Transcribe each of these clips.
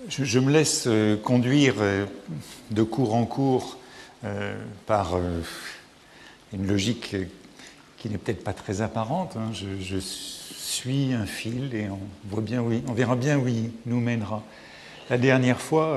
Je me laisse conduire de cours en cours par une logique qui n'est peut-être pas très apparente. Je suis un fil et on verra bien où il nous mènera. La dernière fois,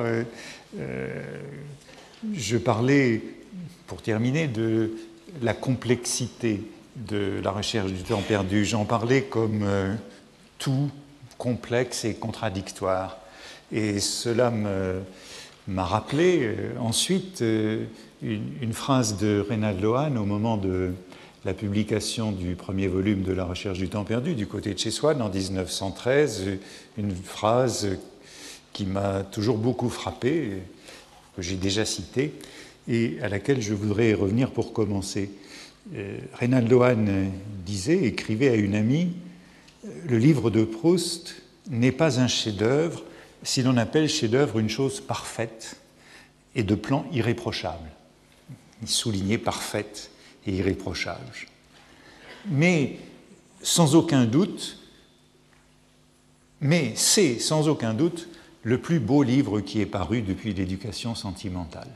je parlais, pour terminer, de la complexité de la recherche du temps perdu. J'en parlais comme tout complexe et contradictoire. Et cela m'a rappelé ensuite une phrase de Reynald Lohan au moment de la publication du premier volume de La recherche du temps perdu du côté de chez Swann en 1913, une phrase qui m'a toujours beaucoup frappé, que j'ai déjà citée, et à laquelle je voudrais revenir pour commencer. Reynald Lohan écrivait à une amie, « Le livre de Proust n'est pas un chef-d'œuvre si l'on appelle chef-d'œuvre une chose parfaite et de plan irréprochable. » Il soulignait parfaite et irréprochable. Mais sans aucun doute, c'est sans aucun doute le plus beau livre qui est paru depuis l'éducation sentimentale.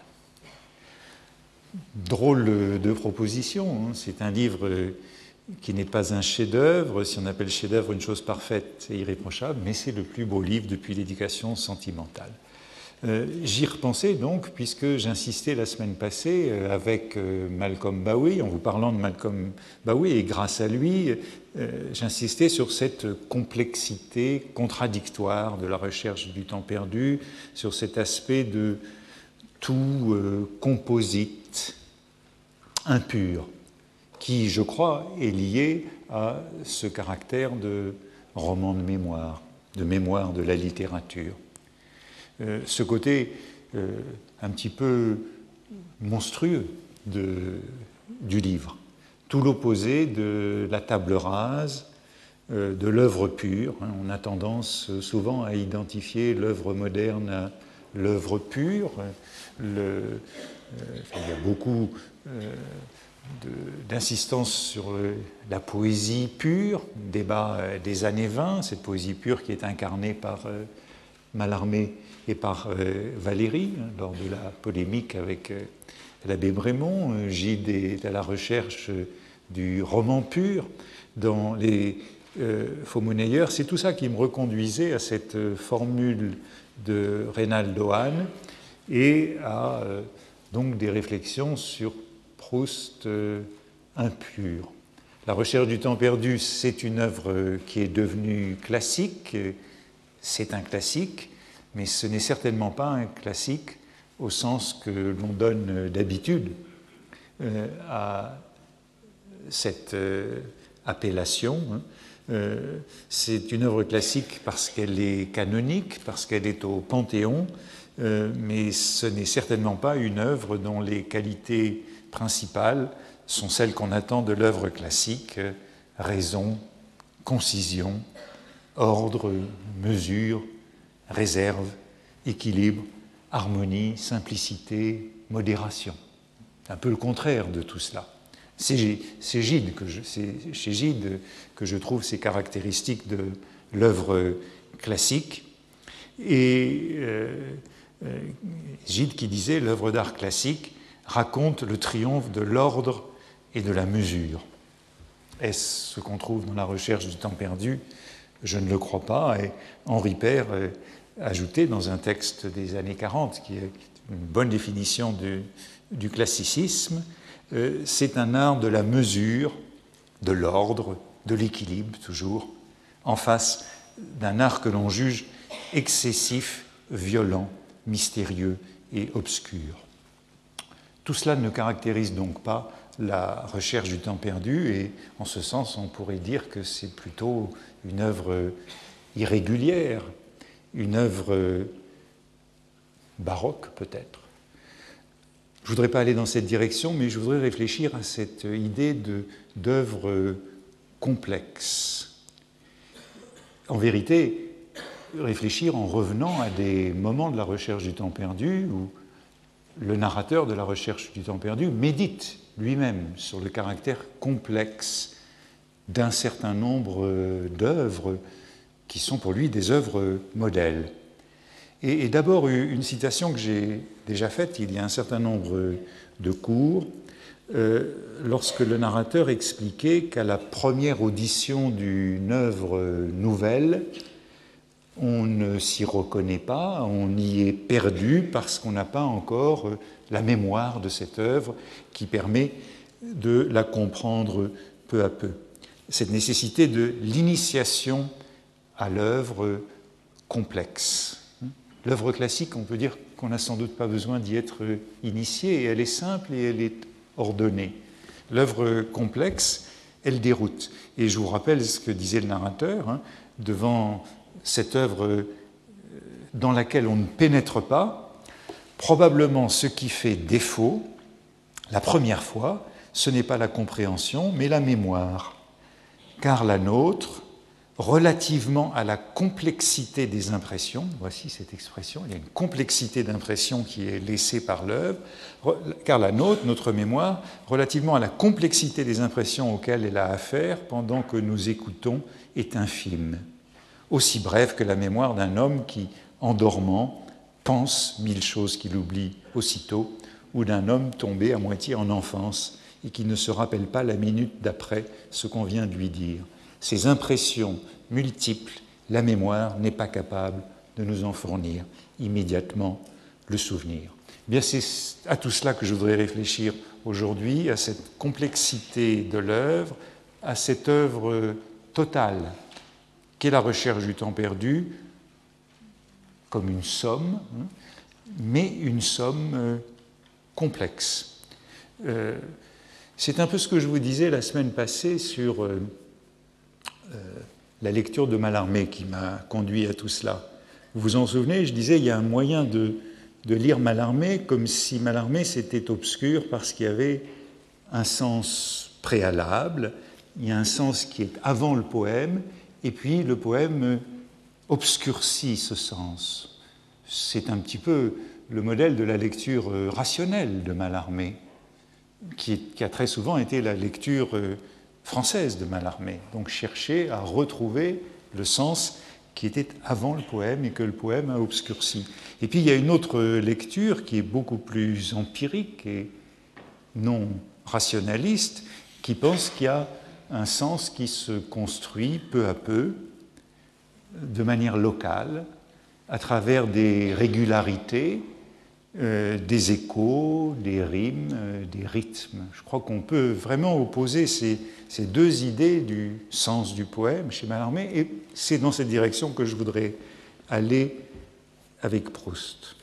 Drôle de proposition, hein. C'est un livre qui n'est pas un chef-d'œuvre, si on appelle chef-d'œuvre une chose parfaite et irréprochable, mais c'est le plus beau livre depuis l'éducation sentimentale. J'y repensais donc, puisque j'insistais la semaine passée avec Malcolm Bowie, en vous parlant de Malcolm Bowie, et grâce à lui, j'insistais sur cette complexité contradictoire de la recherche du temps perdu, sur cet aspect de tout composite, impur, qui, je crois, est lié à ce caractère de roman de mémoire de la littérature. Ce côté un petit peu monstrueux du livre, tout l'opposé de la table rase, de l'œuvre pure. On a tendance souvent à identifier l'œuvre moderne à l'œuvre pure. Il y a beaucoup d'insistance sur la poésie pure, débat des années 20, cette poésie pure qui est incarnée par Mallarmé et par Valéry, lors de la polémique avec l'abbé Brémond. Gide est à la recherche du roman pur dans les faux-monnayeurs. C'est tout ça qui me reconduisait à cette formule de Reynald Lohan et à donc des réflexions sur Proust impur. La recherche du temps perdu, c'est une œuvre qui est devenue classique. C'est un classique, mais ce n'est certainement pas un classique au sens que l'on donne d'habitude à cette appellation. C'est une œuvre classique parce qu'elle est canonique, parce qu'elle est au Panthéon, mais ce n'est certainement pas une œuvre dont les qualités principales sont celles qu'on attend de l'œuvre classique: raison, concision, ordre, mesure, réserve, équilibre, harmonie, simplicité, modération. C'est un peu le contraire de tout cela. C'est chez Gide que je trouve ces caractéristiques de l'œuvre classique. Et Gide qui disait « l'œuvre d'art classique raconte le triomphe de l'ordre et de la mesure ». Est-ce ce qu'on trouve dans la recherche du temps perdu ? Je ne le crois pas. Et Henri Père ajoutait dans un texte des années 40, qui est une bonne définition du classicisme, c'est un art de la mesure, de l'ordre, de l'équilibre toujours, en face d'un art que l'on juge excessif, violent, mystérieux et obscur. Tout cela ne caractérise donc pas la recherche du temps perdu, et en ce sens, on pourrait dire que c'est plutôt une œuvre irrégulière, une œuvre baroque peut-être. Je ne voudrais pas aller dans cette direction, mais je voudrais réfléchir à cette idée d'œuvre complexe. En vérité, réfléchir en revenant à des moments de la recherche du temps perdu où le narrateur de la recherche du temps perdu médite lui-même sur le caractère complexe d'un certain nombre d'œuvres qui sont pour lui des œuvres modèles. Et d'abord, une citation que j'ai déjà faite il y a un certain nombre de cours, lorsque le narrateur expliquait qu'à la première audition d'une œuvre nouvelle, on ne s'y reconnaît pas, on y est perdu parce qu'on n'a pas encore la mémoire de cette œuvre qui permet de la comprendre peu à peu. Cette nécessité de l'initiation à l'œuvre complexe. L'œuvre classique, on peut dire qu'on n'a sans doute pas besoin d'y être initié, et elle est simple et elle est ordonnée. L'œuvre complexe, elle déroute. Et je vous rappelle ce que disait le narrateur, devant cette œuvre dans laquelle on ne pénètre pas, probablement ce qui fait défaut, la première fois, ce n'est pas la compréhension, mais la mémoire. Car la nôtre, relativement à la complexité des impressions, voici cette expression, il y a une complexité d'impressions qui est laissée par l'œuvre, car la nôtre, notre mémoire, relativement à la complexité des impressions auxquelles elle a affaire pendant que nous écoutons, est infime, aussi brève que la mémoire d'un homme qui, en dormant, pense 1000 choses qu'il oublie aussitôt, ou d'un homme tombé à moitié en enfance et qui ne se rappelle pas la minute d'après ce qu'on vient de lui dire. Ces impressions multiples, la mémoire n'est pas capable de nous en fournir immédiatement le souvenir. Bien, c'est à tout cela que je voudrais réfléchir aujourd'hui, à cette complexité de l'œuvre, à cette œuvre totale qu'est la recherche du temps perdu, comme une somme, mais une somme complexe. C'est un peu ce que je vous disais la semaine passée sur la lecture de Mallarmé qui m'a conduit à tout cela. Vous vous en souvenez, je disais, il y a un moyen de lire Mallarmé comme si Mallarmé c'était obscur parce qu'il y avait un sens préalable, il y a un sens qui est avant le poème, et puis le poème obscurcit ce sens. C'est un petit peu le modèle de la lecture rationnelle de Mallarmé, qui a très souvent été la lecture française de Mallarmé, donc chercher à retrouver le sens qui était avant le poème et que le poème a obscurci. Et puis il y a une autre lecture qui est beaucoup plus empirique et non rationaliste, qui pense qu'il y a un sens qui se construit peu à peu, de manière locale, à travers des régularités, des échos, des rimes, des rythmes. Je crois qu'on peut vraiment opposer ces deux idées du sens du poème chez Mallarmé, et c'est dans cette direction que je voudrais aller avec Proust.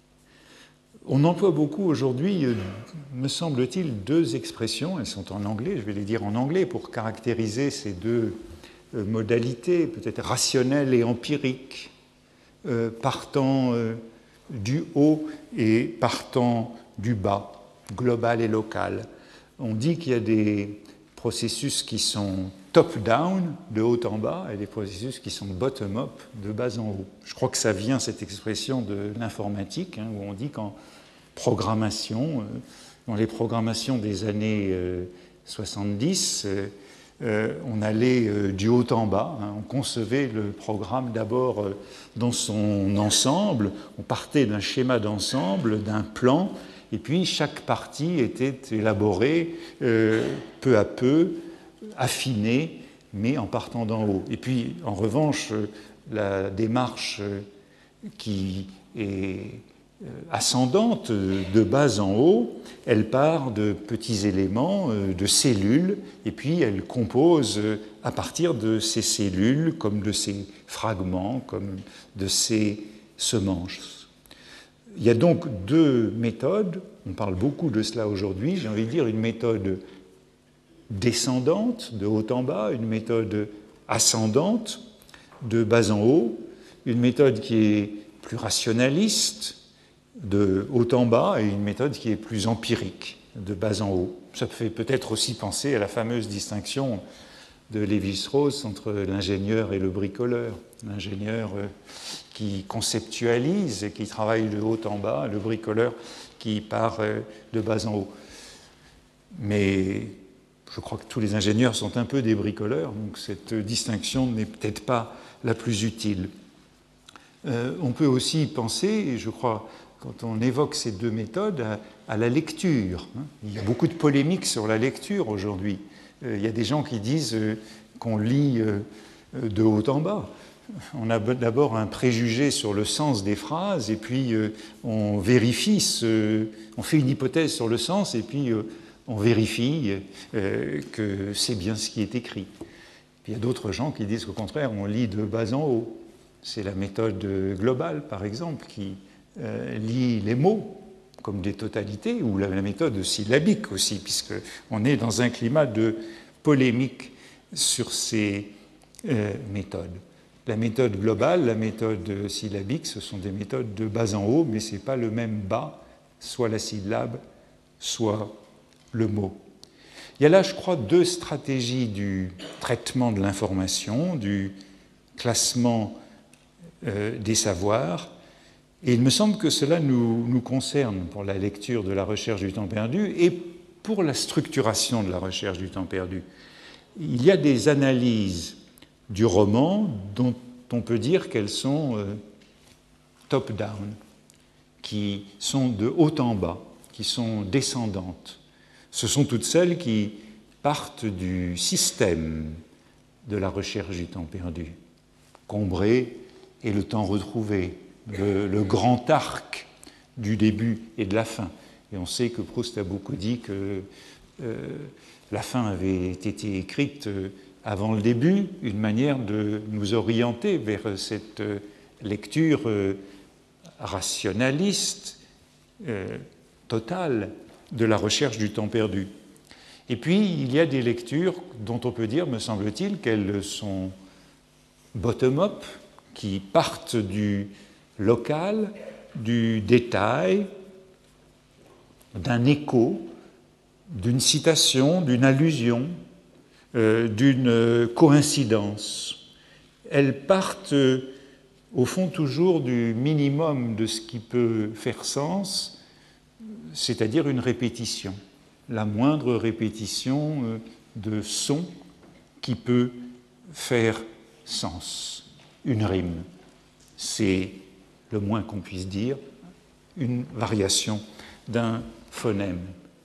On emploie beaucoup aujourd'hui, me semble-t-il, deux expressions, elles sont en anglais, je vais les dire en anglais, pour caractériser ces deux modalités, peut-être rationnelles et empiriques, partant du haut et partant du bas, global et local. On dit qu'il y a des processus qui sont top-down, de haut en bas, et des processus qui sont bottom-up, de bas en haut. Je crois que ça vient, cette expression, de l'informatique, où on dit qu'en programmation, dans les programmations des années 70, on allait du haut en bas, on concevait le programme d'abord dans son ensemble, on partait d'un schéma d'ensemble, d'un plan, et puis chaque partie était élaborée peu à peu, affinée, mais en partant d'en haut. Et puis, en revanche, la démarche qui est ascendante de bas en haut, elle part de petits éléments, de cellules, et puis elle compose à partir de ces cellules, comme de ces fragments, comme de ces semences. Il y a donc deux méthodes, on parle beaucoup de cela aujourd'hui, j'ai envie de dire une méthode descendante, de haut en bas, une méthode ascendante, de bas en haut, une méthode qui est plus rationaliste, de haut en bas, et une méthode qui est plus empirique, de bas en haut. Ça fait peut-être aussi penser à la fameuse distinction de Lévi-Strauss entre l'ingénieur et le bricoleur. L'ingénieur qui conceptualise et qui travaille de haut en bas, le bricoleur qui part de bas en haut. Mais je crois que tous les ingénieurs sont un peu des bricoleurs, donc cette distinction n'est peut-être pas la plus utile. On peut aussi penser, je crois, quand on évoque ces deux méthodes, à la lecture. Il y a beaucoup de polémiques sur la lecture aujourd'hui. Il y a des gens qui disent qu'on lit de haut en bas. On a d'abord un préjugé sur le sens des phrases, et puis on vérifie, on fait une hypothèse sur le sens, et puis on vérifie que c'est bien ce qui est écrit. Puis il y a d'autres gens qui disent qu'au contraire, on lit de bas en haut. C'est la méthode globale, par exemple, qui lit les mots comme des totalités, ou la méthode syllabique aussi, puisqu'on est dans un climat de polémique sur ces méthodes. La méthode globale, la méthode syllabique, ce sont des méthodes de bas en haut, mais ce n'est pas le même bas, soit la syllabe, soit le mot. Il y a là, je crois, deux stratégies du traitement de l'information, du classement des savoirs, et il me semble que cela nous concerne pour la lecture de la recherche du temps perdu et pour la structuration de la recherche du temps perdu. Il y a des analyses du roman dont on peut dire qu'elles sont top-down, qui sont de haut en bas, qui sont descendantes. Ce sont toutes celles qui partent du système de la recherche du temps perdu. Combray et le temps retrouvé, le grand arc du début et de la fin. Et on sait que Proust a beaucoup dit que la fin avait été écrite avant le début, une manière de nous orienter vers cette lecture rationaliste, totale, de la recherche du temps perdu. Et puis, il y a des lectures dont on peut dire, me semble-t-il, qu'elles sont bottom-up, qui partent du local, du détail, d'un écho, d'une citation, d'une allusion, d'une coïncidence. Elles partent, au fond, toujours du minimum de ce qui peut faire sens, c'est-à-dire une répétition, la moindre répétition de son qui peut faire sens. Une rime, c'est le moins qu'on puisse dire, une variation d'un phonème.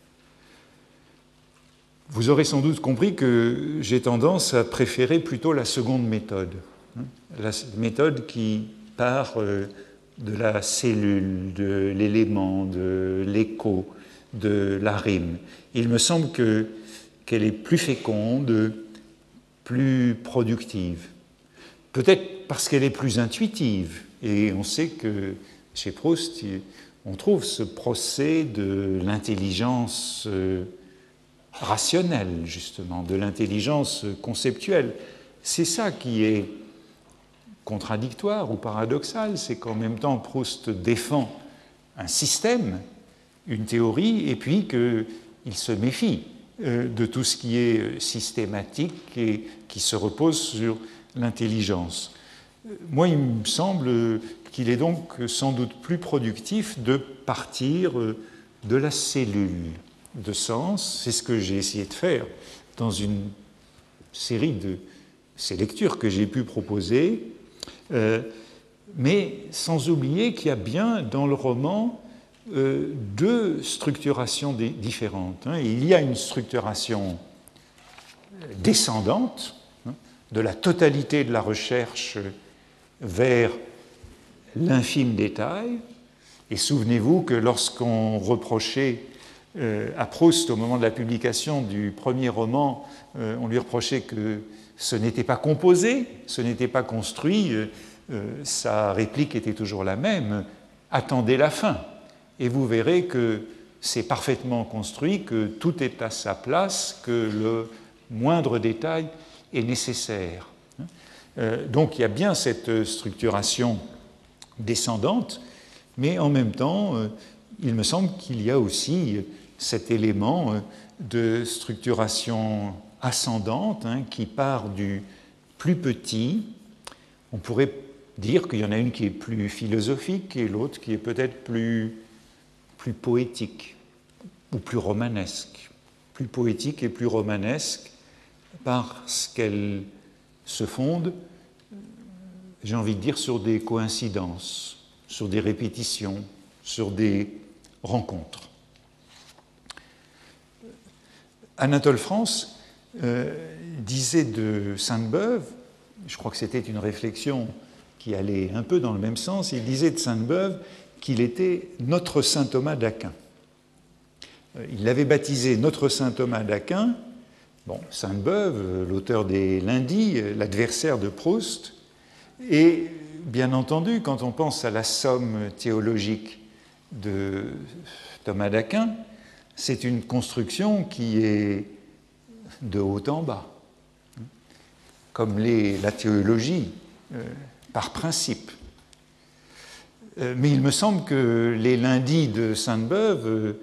Vous aurez sans doute compris que j'ai tendance à préférer plutôt la seconde méthode, la méthode qui part de la cellule, de l'élément, de l'écho, de la rime. Il me semble qu'elle est plus féconde, plus productive. Peut-être parce qu'elle est plus intuitive. Et on sait que chez Proust, on trouve ce procès de l'intelligence rationnelle, justement, de l'intelligence conceptuelle. C'est ça qui est contradictoire ou paradoxal, c'est qu'en même temps Proust défend un système, une théorie, et puis qu'il se méfie de tout ce qui est systématique et qui se repose sur l'intelligence. Moi, il me semble qu'il est donc sans doute plus productif de partir de la cellule de sens. C'est ce que j'ai essayé de faire dans une série de ces lectures que j'ai pu proposer, mais sans oublier qu'il y a bien dans le roman deux structurations différentes. Il y a une structuration descendante de la totalité de la recherche vers l'infime détail. Et souvenez-vous que lorsqu'on reprochait à Proust, au moment de la publication du premier roman, on lui reprochait que ce n'était pas composé, ce n'était pas construit, sa réplique était toujours la même, « Attendez la fin ». Et vous verrez que c'est parfaitement construit, que tout est à sa place, que le moindre détail est nécessaire. Donc il y a bien cette structuration descendante, mais en même temps, il me semble qu'il y a aussi cet élément de structuration ascendante qui part du plus petit. On pourrait dire qu'il y en a une qui est plus philosophique et l'autre qui est peut-être plus poétique ou plus romanesque. Plus poétique et plus romanesque parce qu'elle se fonde j'ai envie de dire, sur des coïncidences, sur des répétitions, sur des rencontres. Anatole France disait de Sainte-Beuve, je crois que c'était une réflexion qui allait un peu dans le même sens, il disait de Sainte-Beuve qu'il était notre saint Thomas d'Aquin. Il l'avait baptisé notre saint Thomas d'Aquin. Bon, Sainte-Beuve, l'auteur des Lundis, l'adversaire de Proust, et bien entendu, quand on pense à la somme théologique de Thomas d'Aquin, c'est une construction qui est de haut en bas, comme la théologie, par principe. Mais il me semble que les Lundis de Sainte-Beuve,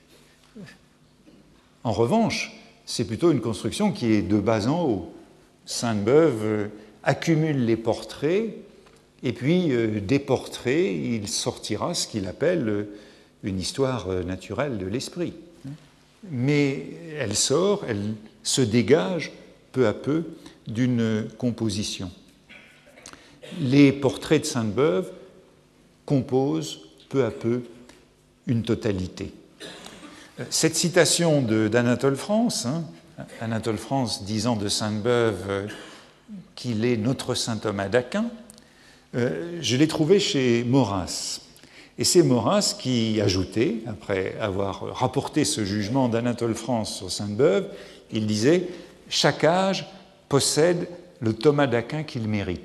en revanche, c'est plutôt une construction qui est de bas en haut. Sainte-Beuve accumule les portraits, et puis des portraits, il sortira ce qu'il appelle une histoire naturelle de l'esprit. Mais elle sort, elle se dégage peu à peu d'une composition. Les portraits de Sainte-Beuve composent peu à peu une totalité. Cette citation d'Anatole France, Anatole France disant de Sainte-Beuve qu'il est notre saint Thomas d'Aquin, je l'ai trouvé chez Maurras. Et c'est Maurras qui ajoutait, après avoir rapporté ce jugement d'Anatole France sur Sainte-Beuve, il disait « Chaque âge possède le Thomas d'Aquin qu'il mérite ».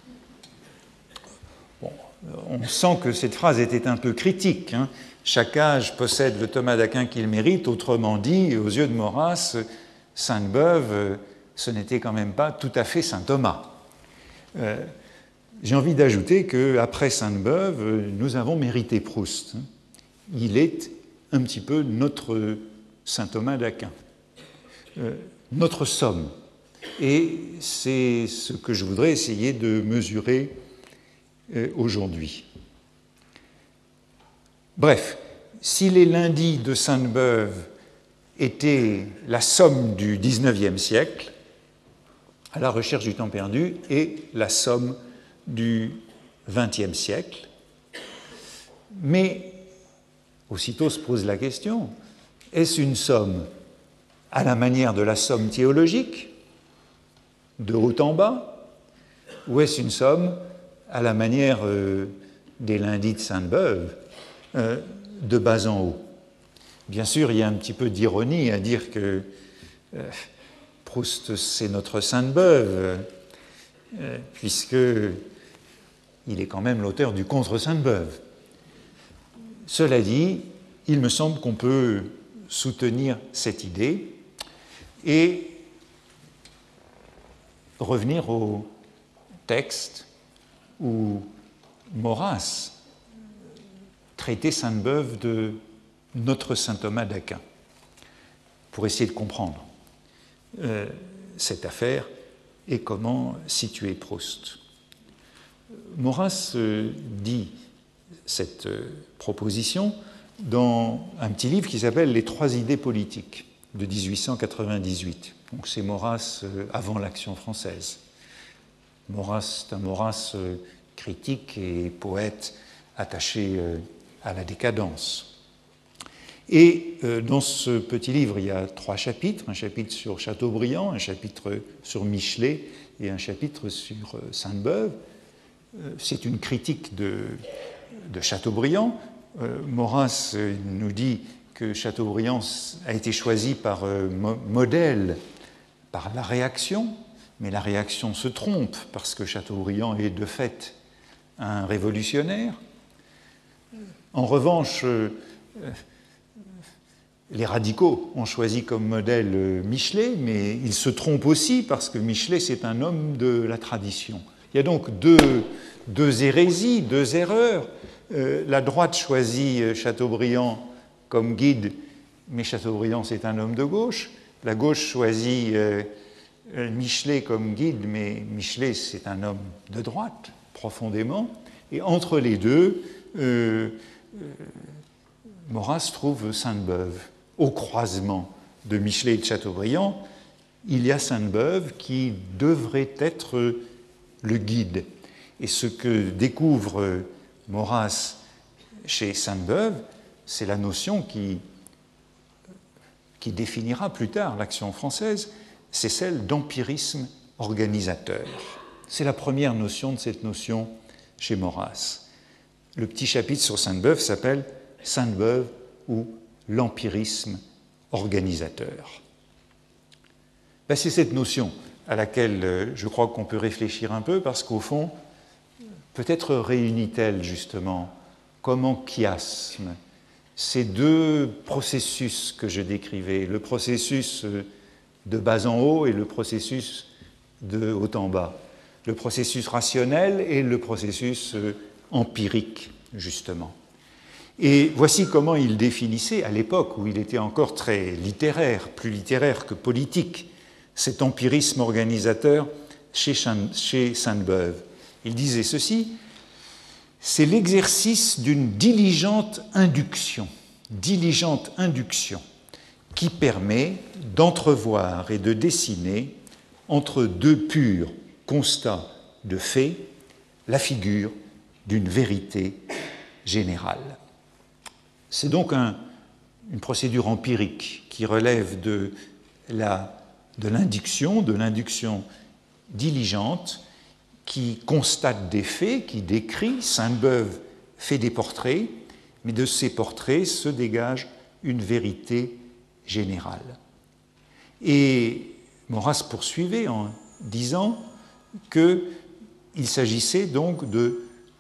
Bon, on sent que cette phrase était un peu critique. Chaque âge possède le Thomas d'Aquin qu'il mérite. Autrement dit, aux yeux de Maurras, Sainte-Beuve, ce n'était quand même pas tout à fait saint Thomas. J'ai envie d'ajouter qu'après Sainte-Beuve, nous avons mérité Proust. Il est un petit peu notre saint Thomas d'Aquin, notre somme. Et c'est ce que je voudrais essayer de mesurer aujourd'hui. Bref, si les Lundis de Sainte-Beuve étaient la somme du XIXe siècle, à la recherche du temps perdu, et la somme du XXe siècle, mais aussitôt se pose la question, est-ce une somme à la manière de la somme théologique, de haut en bas, ou est-ce une somme à la manière des Lundis de Sainte-Beuve, de bas en haut? Bien sûr, il y a un petit peu d'ironie à dire que Proust, c'est notre Sainte-Beuve, puisqu'il est quand même l'auteur du Contre Sainte-Beuve. Cela dit, il me semble qu'on peut soutenir cette idée et revenir au texte où Maurras traitait Sainte-Beuve de notre saint Thomas d'Aquin, pour essayer de comprendre cette affaire et comment situer Proust. Maurras dit cette proposition dans un petit livre qui s'appelle « Les trois idées politiques » de 1898. Donc c'est Maurras avant l'Action française. Maurras, c'est un Maurras critique et poète attaché à la décadence. Et dans ce petit livre, il y a 3 chapitres, un chapitre sur Chateaubriand, un chapitre sur Michelet et un chapitre sur Sainte-Beuve. C'est une critique de Chateaubriand. Maurras nous dit que Chateaubriand a été choisi par modèle par la réaction, mais la réaction se trompe parce que Chateaubriand est de fait un révolutionnaire. En revanche, les radicaux ont choisi comme modèle Michelet, mais ils se trompent aussi parce que Michelet, c'est un homme de la tradition. Il y a donc deux hérésies, 2 erreurs. La droite choisit Chateaubriand comme guide, mais Chateaubriand, c'est un homme de gauche. La gauche choisit Michelet comme guide, mais Michelet, c'est un homme de droite, profondément. Et entre les deux, Maurras trouve Sainte-Beuve. Au croisement de Michelet et de Chateaubriand, il y a Sainte-Beuve qui devrait être le guide. Et ce que découvre Maurras chez Sainte-Beuve, c'est la notion qui définira plus tard l'action française, c'est celle d'empirisme organisateur. C'est la première notion de cette notion chez Maurras. Le petit chapitre sur Sainte-Beuve s'appelle « Sainte-Beuve ou l'empirisme organisateur ». Ben, c'est cette notion à laquelle je crois qu'on peut réfléchir un peu, parce qu'au fond, peut-être réunit-elle justement comme en chiasme ces deux processus que je décrivais, le processus de bas en haut et le processus de haut en bas, le processus rationnel et le processus empirique, justement. Et voici comment il définissait, à l'époque où il était encore très littéraire, plus littéraire que politique, cet empirisme organisateur chez Sainte-Beuve. Il disait ceci: c'est l'exercice d'une diligente induction qui permet d'entrevoir et de dessiner entre deux purs constats de faits la figure d'une vérité générale. C'est donc une procédure empirique qui relève de l'induction diligente, qui constate des faits, qui décrit. Sainte-Beuve fait des portraits, mais de ces portraits se dégage une vérité générale. Et Maurras poursuivait en disant qu'il s'agissait donc de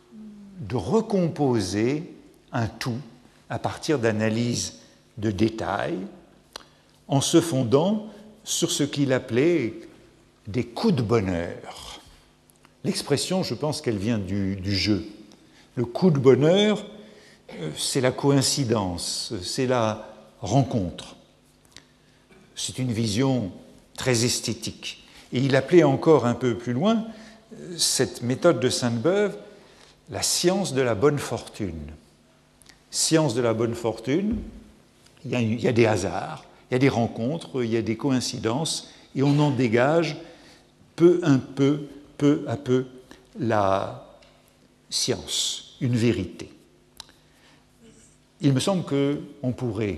recomposer un tout à partir d'analyses de détails, en se fondant sur ce qu'il appelait des coups de bonheur. L'expression, je pense qu'elle vient du jeu. Le coup de bonheur, c'est la coïncidence, c'est la rencontre. C'est une vision très esthétique. Et il appelait encore un peu plus loin cette méthode de Sainte-Beuve la science de la bonne fortune. Science de la bonne fortune, il y a des hasards, il y a des rencontres, il y a des coïncidences, et on en dégage peu à peu la science, une vérité. Il me semble qu'on pourrait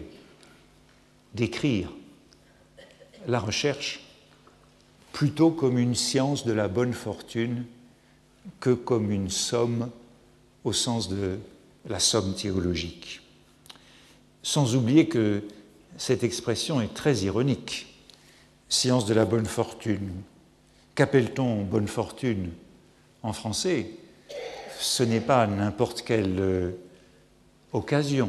décrire la recherche plutôt comme une science de la bonne fortune que comme une somme au sens de la somme théologique. Sans oublier que cette expression est très ironique. Science de la bonne fortune. Qu'appelle-t-on bonne fortune en français? Ce n'est pas n'importe quelle occasion.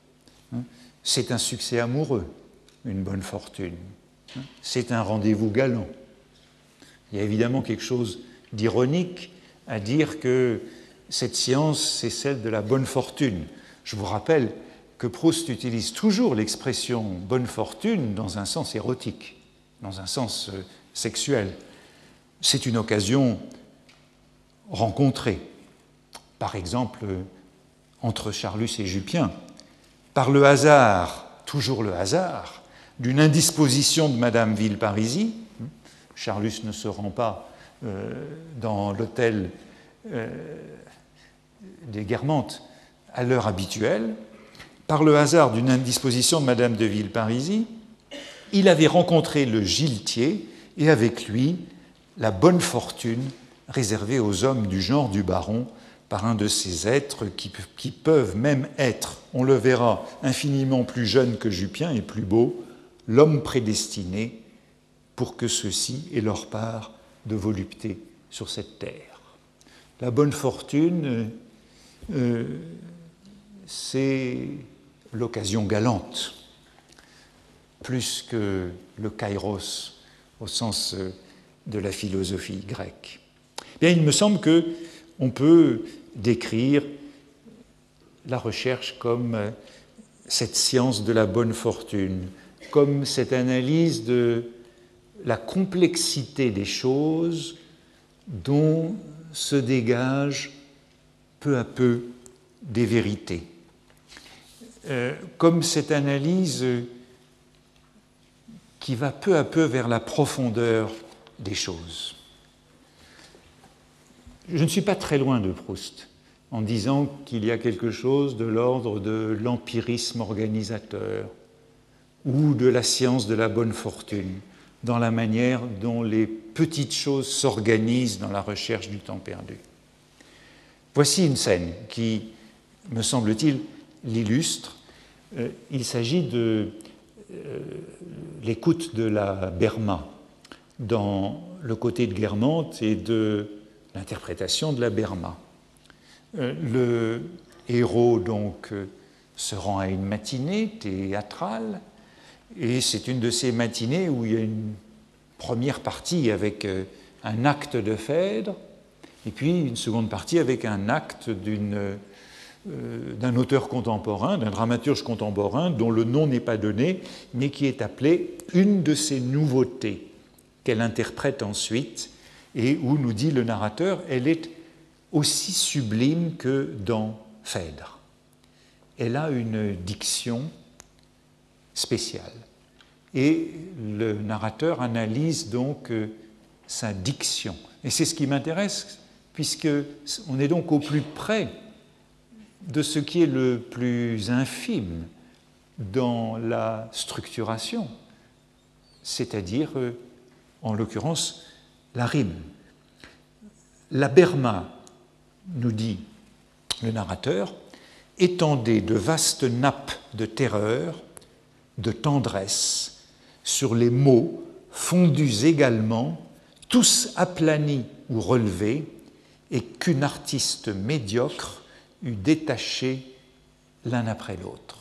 C'est un succès amoureux, une bonne fortune. C'est un rendez-vous galant. Il y a évidemment quelque chose d'ironique à dire que cette science, c'est celle de la bonne fortune. Je vous rappelle que Proust utilise toujours l'expression bonne fortune dans un sens érotique, dans un sens sexuel. C'est une occasion rencontrée, par exemple entre Charlus et Jupien, par le hasard, toujours le hasard, d'une indisposition de Madame Villeparisis. Charlus ne se rend pas dans l'hôtel des Guermantes à l'heure habituelle. Par le hasard d'une indisposition de Madame de Villeparisis, il avait rencontré le giletier et avec lui la bonne fortune réservée aux hommes du genre du baron par un de ces êtres qui peuvent même être, on le verra, infiniment plus jeunes que Jupien et plus beaux, l'homme prédestiné pour que ceux-ci aient leur part de volupté sur cette terre. La bonne fortune, c'est l'occasion galante, plus que le kairos au sens de la philosophie grecque. Bien, il me semble qu'on peut décrire la recherche comme cette science de la bonne fortune, comme cette analyse de la complexité des choses dont se dégagent peu à peu des vérités. Comme cette analyse qui va peu à peu vers la profondeur des choses. Je ne suis pas très loin de Proust en disant qu'il y a quelque chose de l'ordre de l'empirisme organisateur ou de la science de la bonne fortune dans la manière dont les petites choses s'organisent dans la recherche du temps perdu. Voici une scène qui, me semble-t-il, l'illustre. Il s'agit de l'écoute de la Berma dans Le côté de Guermantes et de l'interprétation de la Berma. Le héros, donc, se rend à une matinée théâtrale, et c'est une de ces matinées où il y a une première partie avec un acte de Phèdre, et puis une seconde partie avec un acte d'un auteur contemporain, d'un dramaturge contemporain, dont le nom n'est pas donné, mais qui est appelé une de ces nouveautés qu'elle interprète ensuite, et où, nous dit le narrateur, elle est aussi sublime que dans Phèdre. Elle a une diction spéciale. Et le narrateur analyse donc sa diction. Et c'est ce qui m'intéresse, puisqu'on est donc au plus près de ce qui est le plus infime dans la structuration, c'est-à-dire, en l'occurrence, la rime. La Berma, nous dit le narrateur, étendait de vastes nappes de terreur, de tendresse, sur les mots fondus également, tous aplanis ou relevés, et qu'une artiste médiocre eût détaché l'un après l'autre.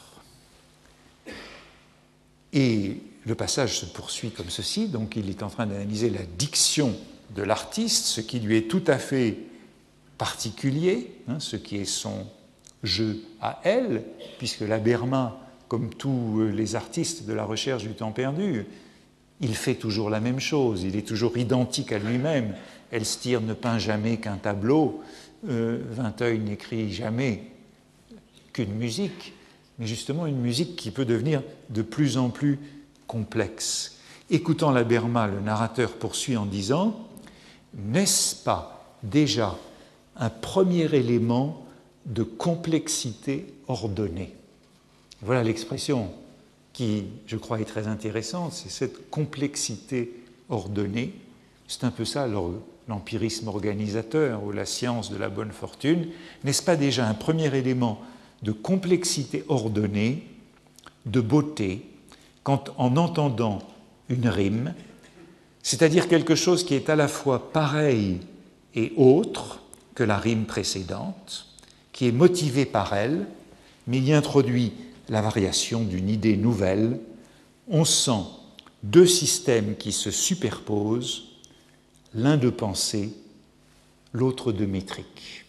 Et le passage se poursuit comme ceci, donc il est en train d'analyser la diction de l'artiste, ce qui lui est tout à fait particulier, ce qui est son jeu à elle, puisque la Berma, comme tous les artistes de la recherche du temps perdu, il fait toujours la même chose, il est toujours identique à lui-même. Elstir ne peint jamais qu'un tableau, Vinteuil n'écrit jamais qu'une musique, mais justement une musique qui peut devenir de plus en plus complexe. Écoutant la Berma, le narrateur poursuit en disant « N'est-ce pas déjà un premier élément de complexité ordonnée ?» Voilà l'expression qui, je crois, est très intéressante, c'est cette complexité ordonnée. C'est un peu ça l'empirisme organisateur ou la science de la bonne fortune. N'est-ce pas déjà un premier élément de complexité ordonnée, de beauté, quand en entendant une rime, c'est-à-dire quelque chose qui est à la fois pareil et autre que la rime précédente, qui est motivé par elle, mais y introduit la variation d'une idée nouvelle, on sent deux systèmes qui se superposent, l'un de pensée, l'autre de métrique.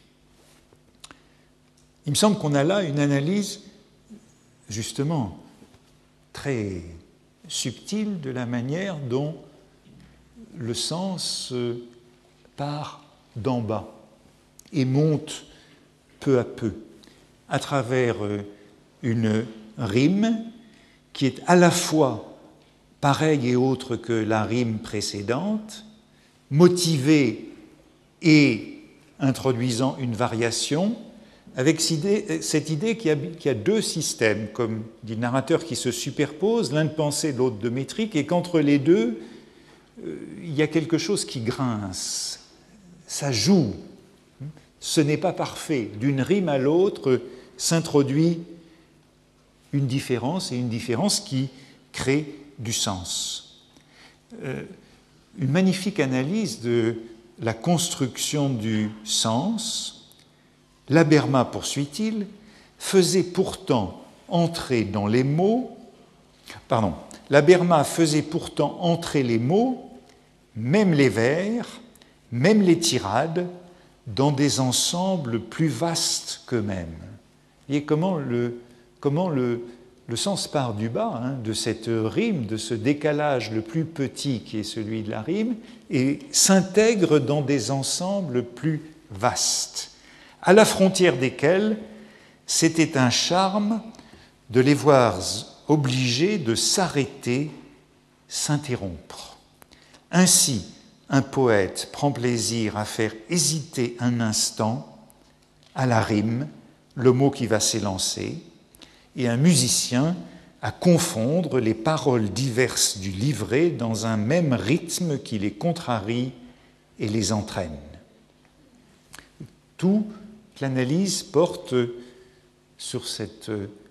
Il me semble qu'on a là une analyse, justement, très subtile de la manière dont le sens part d'en bas et monte peu à peu à travers une rime qui est à la fois pareille et autre que la rime précédente, motivée et introduisant une variation, avec cette idée qu'il y a deux systèmes, comme dit le narrateur, qui se superposent, l'un de pensée, l'autre de métrique, et qu'entre les deux, il y a quelque chose qui grince, ça joue. Ce n'est pas parfait. D'une rime à l'autre s'introduit une différence, et une différence qui crée du sens. Une magnifique analyse de la construction du sens. La Berma, poursuit-il, faisait pourtant entrer dans les mots, la Berma faisait pourtant entrer les mots, même les vers, même les tirades, dans des ensembles plus vastes qu'eux-mêmes. Vous voyez comment le sens part du bas, de cette rime, de ce décalage le plus petit qui est celui de la rime, et s'intègre dans des ensembles plus vastes, à la frontière desquels c'était un charme de les voir obligés de s'arrêter, s'interrompre. Ainsi, un poète prend plaisir à faire hésiter un instant à la rime le mot qui va s'élancer, et un musicien à confondre les paroles diverses du livret dans un même rythme qui les contrarie et les entraîne. Toute l'analyse porte sur cette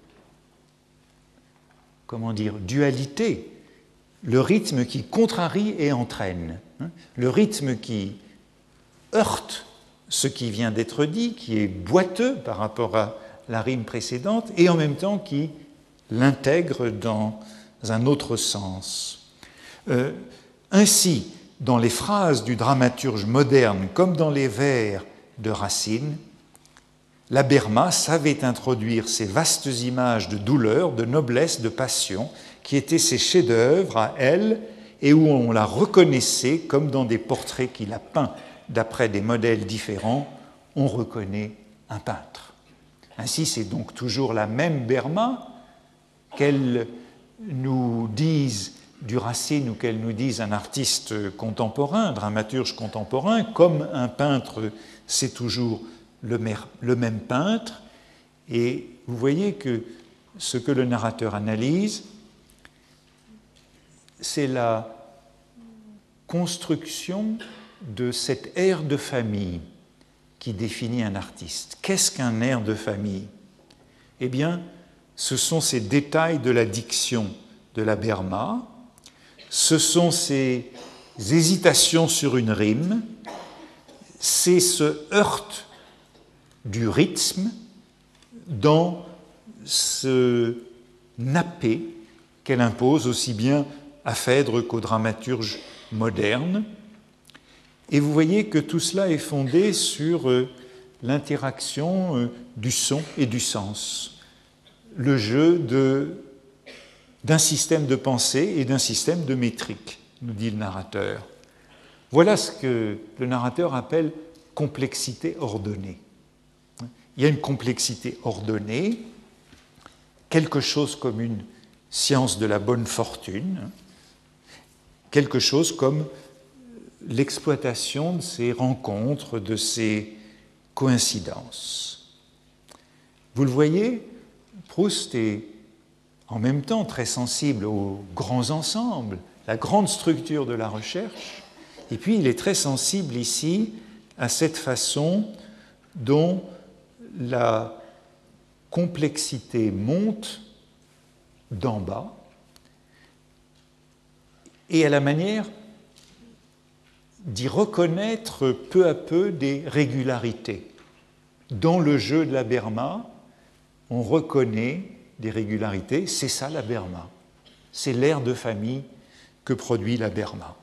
dualité, le rythme qui contrarie et entraîne, le rythme qui heurte ce qui vient d'être dit, qui est boiteux par rapport à la rime précédente, et en même temps qui l'intègre dans un autre sens. Ainsi, dans les phrases du dramaturge moderne, comme dans les vers de Racine, la Berma savait introduire ces vastes images de douleur, de noblesse, de passion, qui étaient ses chefs-d'œuvre à elle, et où on la reconnaissait comme dans des portraits qu'il a peints d'après des modèles différents, on reconnaît un peintre. Ainsi, c'est donc toujours la même Berma, qu'elle nous dise du Racine ou qu'elle nous dise un artiste contemporain, un dramaturge contemporain, comme un peintre, c'est toujours le même peintre. Et vous voyez que ce que le narrateur analyse, c'est la construction de cet air de famille qui définit un artiste. Qu'est-ce qu'un air de famille? Eh bien, ce sont ces détails de la diction de la Berma, ce sont ces hésitations sur une rime, c'est ce heurt du rythme dans ce nappé qu'elle impose aussi bien à Phèdre qu'aux dramaturges modernes. Et vous voyez que tout cela est fondé sur l'interaction du son et du sens, le jeu d'un système de pensée et d'un système de métrique, nous dit le narrateur. Voilà ce que le narrateur appelle complexité ordonnée. Il y a une complexité ordonnée, quelque chose comme une science de la bonne fortune, quelque chose comme l'exploitation de ces rencontres, de ces coïncidences. Vous le voyez, Proust est en même temps très sensible aux grands ensembles, la grande structure de la recherche, et puis il est très sensible ici à cette façon dont la complexité monte d'en bas et à la manière d'y reconnaître peu à peu des régularités. Dans le jeu de la Berma, on reconnaît des régularités, c'est ça la Berma. C'est l'air de famille que produit la Berma.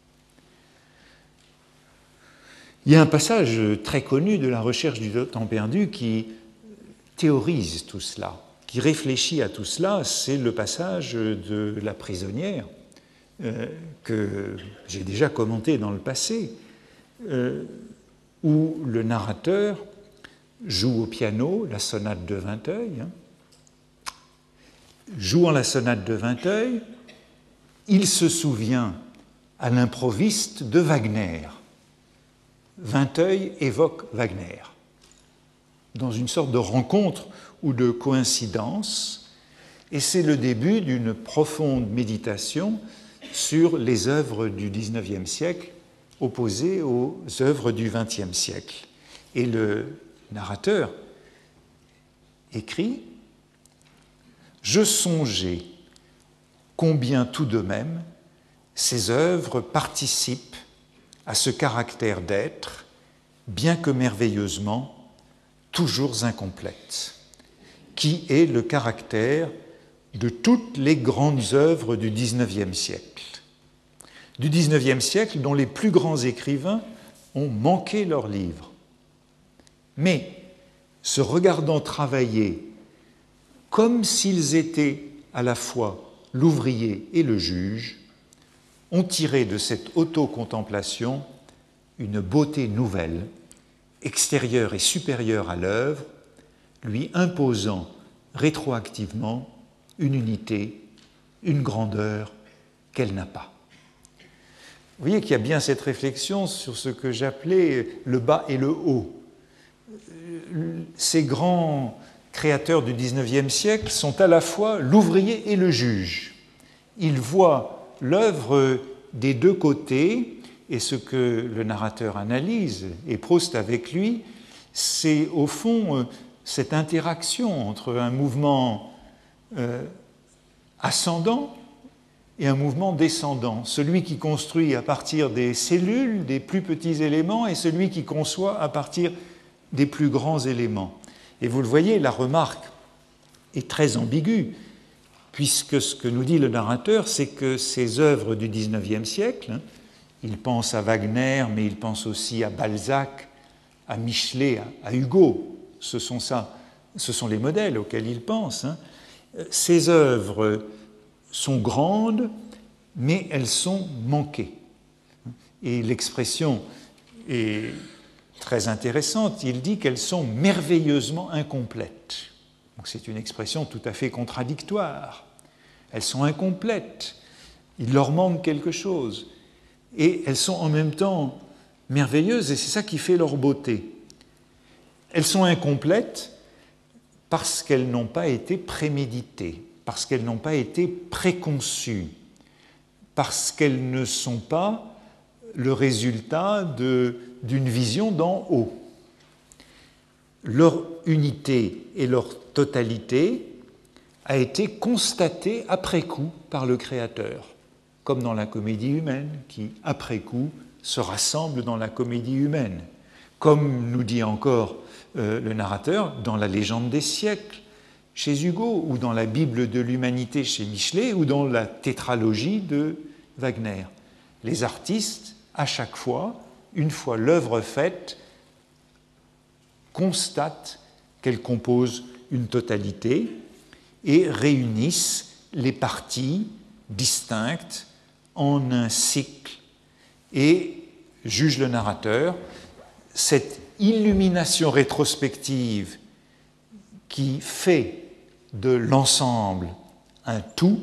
Il y a un passage très connu de la recherche du temps perdu qui théorise tout cela, qui réfléchit à tout cela, c'est le passage de la prisonnière, que j'ai déjà commenté dans le passé, où le narrateur joue au piano la sonate de Vinteuil. Jouant la sonate de Vinteuil, il se souvient à l'improviste de Wagner. Vinteuil évoque Wagner dans une sorte de rencontre ou de coïncidence, et c'est le début d'une profonde méditation sur les œuvres du XIXe siècle opposées aux œuvres du XXe siècle. Et le narrateur écrit « Je songeais combien tout de même ces œuvres participent à ce caractère d'être, bien que merveilleusement, toujours incomplète, qui est le caractère de toutes les grandes œuvres du XIXe siècle. Du XIXe siècle dont les plus grands écrivains ont manqué leurs livres. Mais, se regardant travailler comme s'ils étaient à la fois l'ouvrier et le juge, ont tiré de cette auto-contemplation une beauté nouvelle, extérieure et supérieure à l'œuvre, lui imposant rétroactivement une unité, une grandeur qu'elle n'a pas. vous voyez qu'il y a bien cette réflexion sur ce que j'appelais le bas et le haut. Ces grands créateurs du XIXe siècle sont à la fois l'ouvrier et le juge. Ils voient l'œuvre des deux côtés, et ce que le narrateur analyse, et Proust avec lui, c'est au fond cette interaction entre un mouvement ascendant et un mouvement descendant. Celui qui construit à partir des cellules, des plus petits éléments, et celui qui conçoit à partir des plus grands éléments. Et vous le voyez, la remarque est très ambiguë, puisque ce que nous dit le narrateur, c'est que ces œuvres du XIXe siècle, il pense à Wagner, mais il pense aussi à Balzac, à Michelet, à Hugo, ce sont les modèles auxquels il pense. Ces œuvres sont grandes, mais elles sont manquées. Et l'expression est très intéressante, il dit qu'elles sont merveilleusement incomplètes. Donc c'est une expression tout à fait contradictoire. Elles sont incomplètes, il leur manque quelque chose. Et elles sont en même temps merveilleuses, et c'est ça qui fait leur beauté. Elles sont incomplètes parce qu'elles n'ont pas été préméditées, parce qu'elles n'ont pas été préconçues, parce qu'elles ne sont pas le résultat d'une vision d'en haut. Leur unité et leur totalité a été constatée après coup par le créateur, comme dans la comédie humaine, qui, après coup, se rassemble dans la comédie humaine. Comme nous dit encore le narrateur, dans la légende des siècles, chez Hugo, ou dans la Bible de l'humanité chez Michelet, ou dans la tétralogie de Wagner. Les artistes, à chaque fois, une fois l'œuvre faite, constatent qu'elle compose une totalité et réunissent les parties distinctes en un cycle. Et, juge le narrateur, cette illumination rétrospective qui fait de l'ensemble un tout,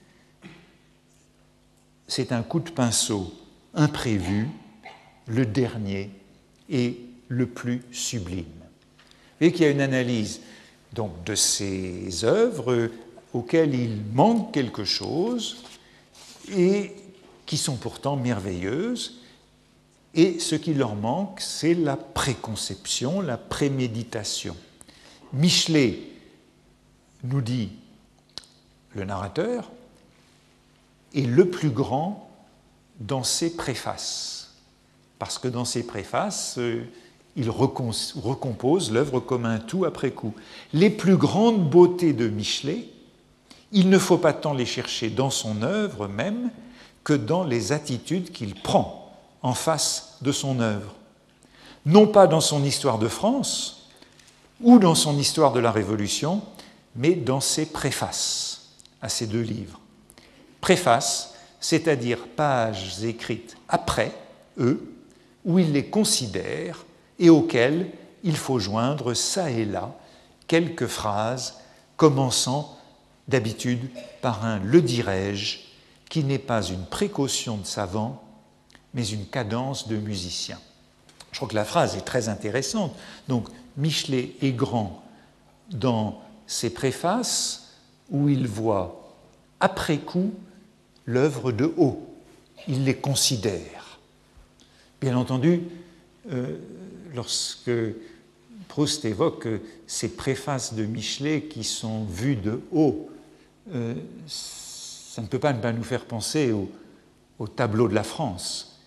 c'est un coup de pinceau imprévu, le dernier et le plus sublime. Vous voyez qu'il y a une analyse donc, de ces œuvres auxquelles il manque quelque chose et qui sont pourtant merveilleuses. Et ce qui leur manque, c'est la préconception, la préméditation. Michelet nous dit, le narrateur, est le plus grand dans ses préfaces. Parce que dans ses préfaces, il recompose l'œuvre comme un tout après coup. Les plus grandes beautés de Michelet, il ne faut pas tant les chercher dans son œuvre même que dans les attitudes qu'il prend en face de son œuvre. Non pas dans son histoire de France ou dans son histoire de la Révolution, mais dans ses préfaces à ces deux livres. Préfaces, c'est-à-dire pages écrites après eux, où il les considère et auxquelles il faut joindre çà et là quelques phrases commençant d'habitude par un « le dirais-je » qui n'est pas une précaution de savant, mais une cadence de musicien. Je crois que la phrase est très intéressante. Donc, Michelet est grand dans ses préfaces où il voit après coup l'œuvre de haut. Il les considère. Bien entendu, lorsque Proust évoque ces préfaces de Michelet qui sont vues de haut, ça ne peut pas ne pas nous faire penser au tableau de la France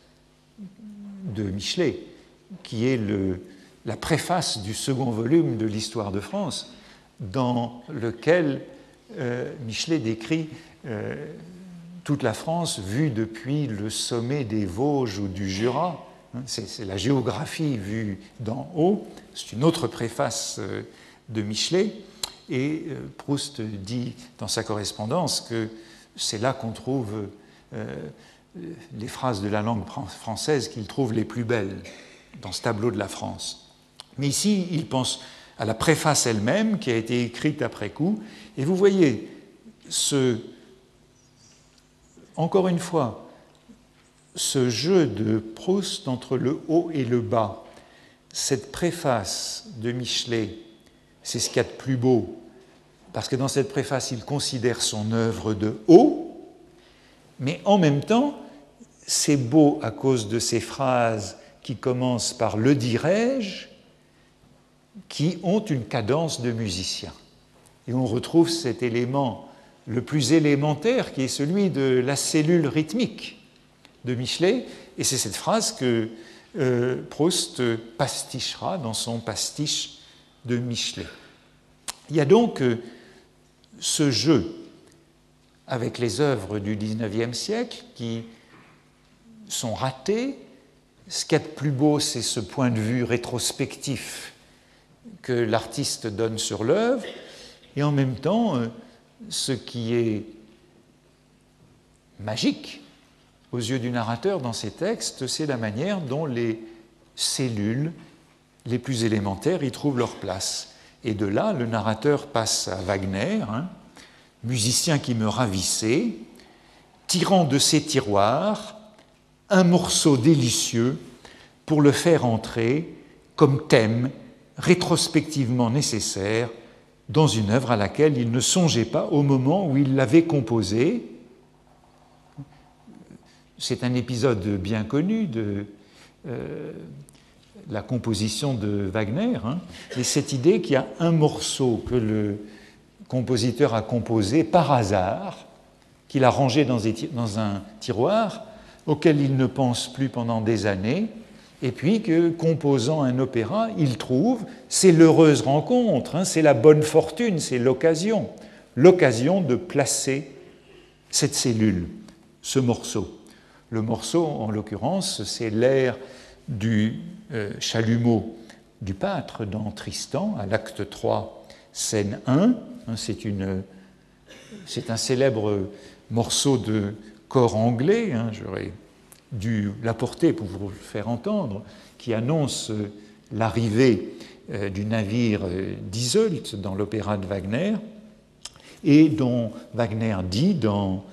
de Michelet, qui est la préface du second volume de l'Histoire de France, dans lequel Michelet décrit toute la France vue depuis le sommet des Vosges ou du Jura. C'est la géographie vue d'en haut. C'est une autre préface de Michelet. Et Proust dit dans sa correspondance que c'est là qu'on trouve les phrases de la langue française qu'il trouve les plus belles dans ce tableau de la France. Mais ici, il pense à la préface elle-même qui a été écrite après coup. Et vous voyez, encore une fois, ce jeu de Proust entre le haut et le bas, cette préface de Michelet, c'est ce qu'il y a de plus beau, parce que dans cette préface, il considère son œuvre de haut, mais en même temps, c'est beau à cause de ces phrases qui commencent par « le dirais-je », qui ont une cadence de musicien. Et on retrouve cet élément le plus élémentaire qui est celui de la cellule rythmique de Michelet, et c'est cette phrase que Proust pastichera dans son pastiche de Michelet. Il y a donc ce jeu avec les œuvres du XIXe siècle qui sont ratées. Ce qu'il y a de plus beau, c'est ce point de vue rétrospectif que l'artiste donne sur l'œuvre, et en même temps, ce qui est magique aux yeux du narrateur dans ces textes, c'est la manière dont les cellules les plus élémentaires y trouvent leur place. Et de là, le narrateur passe à Wagner, musicien qui me ravissait, tirant de ses tiroirs un morceau délicieux pour le faire entrer comme thème rétrospectivement nécessaire dans une œuvre à laquelle il ne songeait pas au moment où il l'avait composée. C'est un épisode bien connu de la composition de Wagner, et cette idée qu'il y a un morceau que le compositeur a composé par hasard, qu'il a rangé dans un tiroir, auquel il ne pense plus pendant des années, et puis que, composant un opéra, il trouve, c'est l'heureuse rencontre, c'est la bonne fortune, c'est l'occasion de placer cette cellule, ce morceau. Le morceau, en l'occurrence, c'est l'air du chalumeau du pâtre dans Tristan, à l'acte 3, scène 1. C'est un célèbre morceau de cor anglais, j'aurais dû l'apporter pour vous le faire entendre, qui annonce l'arrivée du navire d'Iseult dans l'opéra de Wagner, et dont Wagner dit dans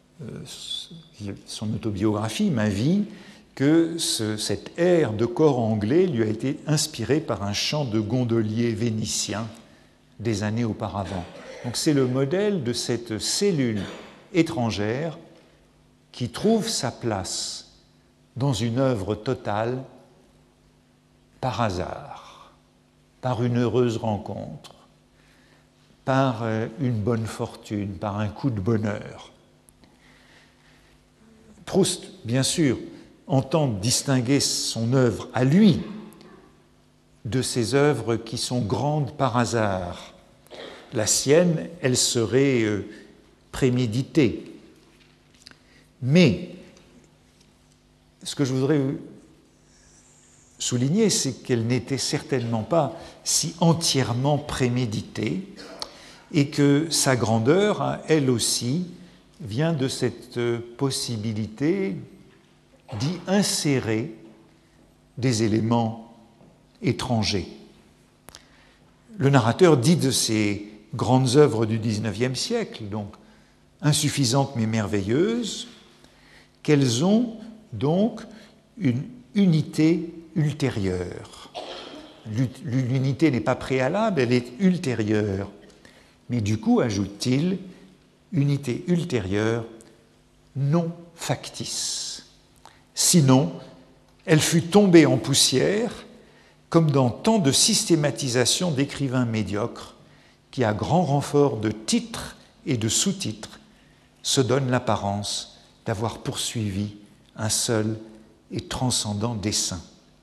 son autobiographie, Ma vie, que cet air de cor anglais lui a été inspiré par un chant de gondolier vénitien des années auparavant. Donc c'est le modèle de cette cellule étrangère qui trouve sa place dans une œuvre totale par hasard, par une heureuse rencontre, par une bonne fortune, par un coup de bonheur. Proust, bien sûr, entend distinguer son œuvre à lui de ses œuvres qui sont grandes par hasard. La sienne, elle serait préméditée. Mais ce que je voudrais souligner, c'est qu'elle n'était certainement pas si entièrement préméditée et que sa grandeur, elle aussi, vient de cette possibilité d'y insérer des éléments étrangers. Le narrateur dit de ces grandes œuvres du XIXe siècle, donc insuffisantes mais merveilleuses, qu'elles ont donc une unité ultérieure. L'unité n'est pas préalable, elle est ultérieure. Mais du coup, ajoute-t-il, unité ultérieure non factice. Sinon, elle fut tombée en poussière, comme dans tant de systématisation d'écrivains médiocres qui, à grand renfort de titres et de sous-titres, se donnent l'apparence d'avoir poursuivi un seul et transcendant dessein.